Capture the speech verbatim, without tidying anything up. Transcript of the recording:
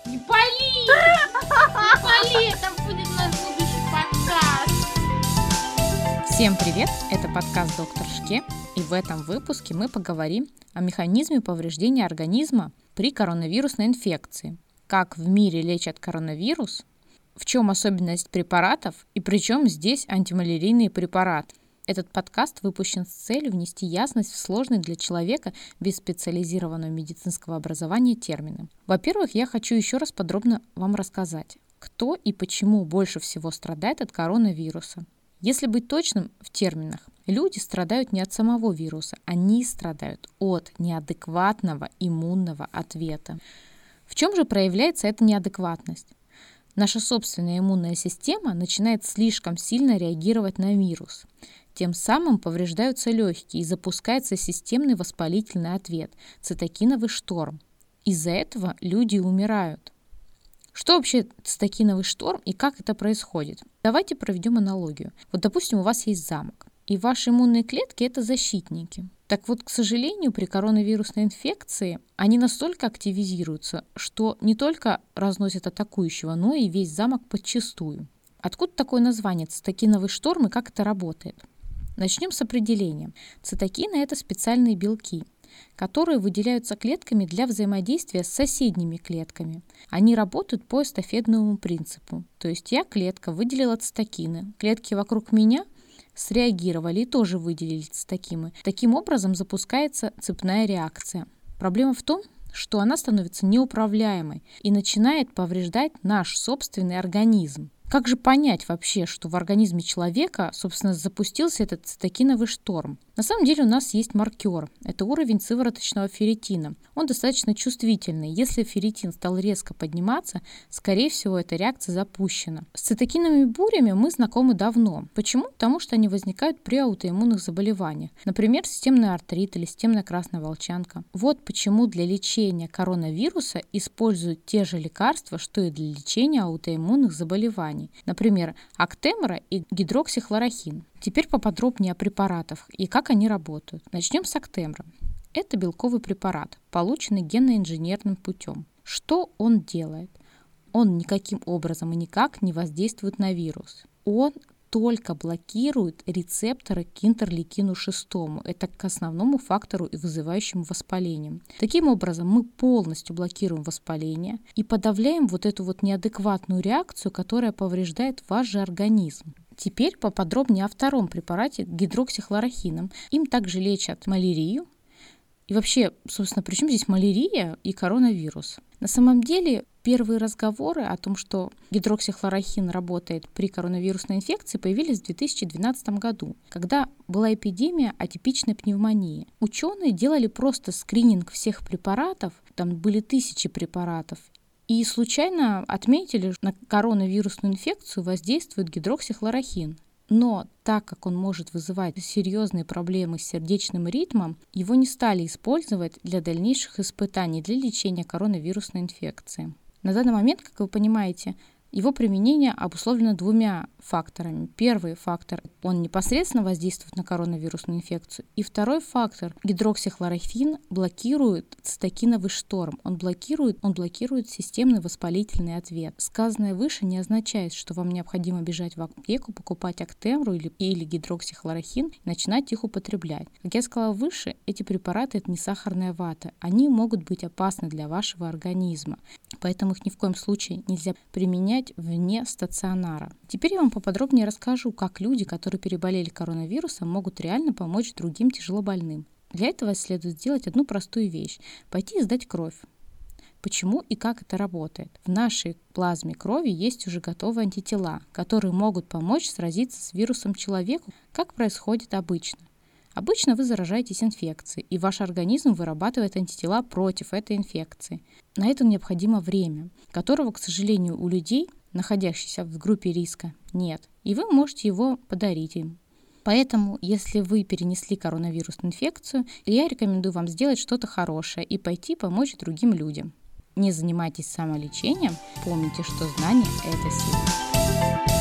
Не пали! Не пали! Это будет наш будущий подкаст! Всем привет! Это подкаст «Доктор Шке», и в этом выпуске мы поговорим о механизме повреждения организма при коронавирусной инфекции, как в мире лечат коронавирус, в чем особенность препаратов и при чем здесь антималярийные препараты. Этот подкаст выпущен с целью внести ясность в сложные для человека без специализированного медицинского образования термины. Во-первых, я хочу еще раз подробно вам рассказать, кто и почему больше всего страдает от коронавируса. Если быть точным в терминах, люди страдают не от самого вируса, они страдают от неадекватного иммунного ответа. В чем же проявляется эта неадекватность? Наша собственная иммунная система начинает слишком сильно реагировать на вирус. Тем самым повреждаются легкие и запускается системный воспалительный ответ – цитокиновый шторм. Из-за этого люди умирают. Что вообще цитокиновый шторм и как это происходит? Давайте проведем аналогию. Вот, допустим, у вас есть замок, и ваши иммунные клетки – это защитники. Так вот, к сожалению, при коронавирусной инфекции они настолько активизируются, что не только разносят атакующего, но и весь замок подчистую. Откуда такое название цитокиновый шторм и как это работает? Начнем с определения. Цитокины – это специальные белки, которые выделяются клетками для взаимодействия с соседними клетками. Они работают по эстафетному принципу. То есть я, клетка, выделила цитокины, клетки вокруг меня среагировали и тоже выделили цитокины. Таким образом запускается цепная реакция. Проблема в том, что она становится неуправляемой и начинает повреждать наш собственный организм. Как же понять вообще, что в организме человека, собственно, запустился этот цитокиновый шторм? На самом деле у нас есть маркер. Это уровень сывороточного ферритина. Он достаточно чувствительный. Если ферритин стал резко подниматься, скорее всего, эта реакция запущена. С цитокиновыми бурями мы знакомы давно. Почему? Потому что они возникают при аутоиммунных заболеваниях. Например, системный артрит или системная красная волчанка. Вот почему для лечения коронавируса используют те же лекарства, что и для лечения аутоиммунных заболеваний. Например, Актемра и гидроксихлорохин. Теперь поподробнее о препаратах и как они работают. Начнем с Актемра. Это белковый препарат, полученный генно-инженерным путем. Что он делает? Он никаким образом и никак не воздействует на вирус. Он только блокирует рецепторы к интерлейкину шесть. Это к основному фактору и вызывающему воспаление. Таким образом, мы полностью блокируем воспаление и подавляем вот эту вот неадекватную реакцию, которая повреждает ваш же организм. Теперь поподробнее о втором препарате гидроксихлорохином. Им также лечат малярию. И вообще, собственно, при чем здесь малярия и коронавирус? На самом деле, первые разговоры о том, что гидроксихлорохин работает при коронавирусной инфекции, появились в две тысячи двенадцатом году, когда была эпидемия атипичной пневмонии. Ученые делали просто скрининг всех препаратов, там были тысячи препаратов, и случайно отметили, что на коронавирусную инфекцию воздействует гидроксихлорохин. Но так как он может вызывать серьезные проблемы с сердечным ритмом, его не стали использовать для дальнейших испытаний для лечения коронавирусной инфекции. На данный момент, как вы понимаете, его применение обусловлено двумя факторами. Первый фактор – он непосредственно воздействует на коронавирусную инфекцию. И второй фактор – гидроксихлорохин блокирует цитокиновый шторм. Он блокирует, он блокирует системный воспалительный ответ. Сказанное выше не означает, что вам необходимо бежать в аптеку, покупать Актемру или, или гидроксихлорохин и начинать их употреблять. Как я сказала выше, эти препараты – это не сахарная вата. Они могут быть опасны для вашего организма. Поэтому их ни в коем случае нельзя применять вне стационара. Теперь я вам поподробнее расскажу, как люди, которые переболели коронавирусом, могут реально помочь другим тяжелобольным. Для этого следует сделать одну простую вещь – пойти и сдать кровь. Почему и как это работает? В нашей плазме крови есть уже готовые антитела, которые могут помочь сразиться с вирусом человеку, как происходит обычно. Обычно вы заражаетесь инфекцией, и ваш организм вырабатывает антитела против этой инфекции. На это необходимо время, которого, к сожалению, у людей, находящихся в группе риска, нет. И вы можете его подарить им. Поэтому, если вы перенесли коронавирусную инфекцию, я рекомендую вам сделать что-то хорошее и пойти помочь другим людям. Не занимайтесь самолечением, помните, что знание – это сила.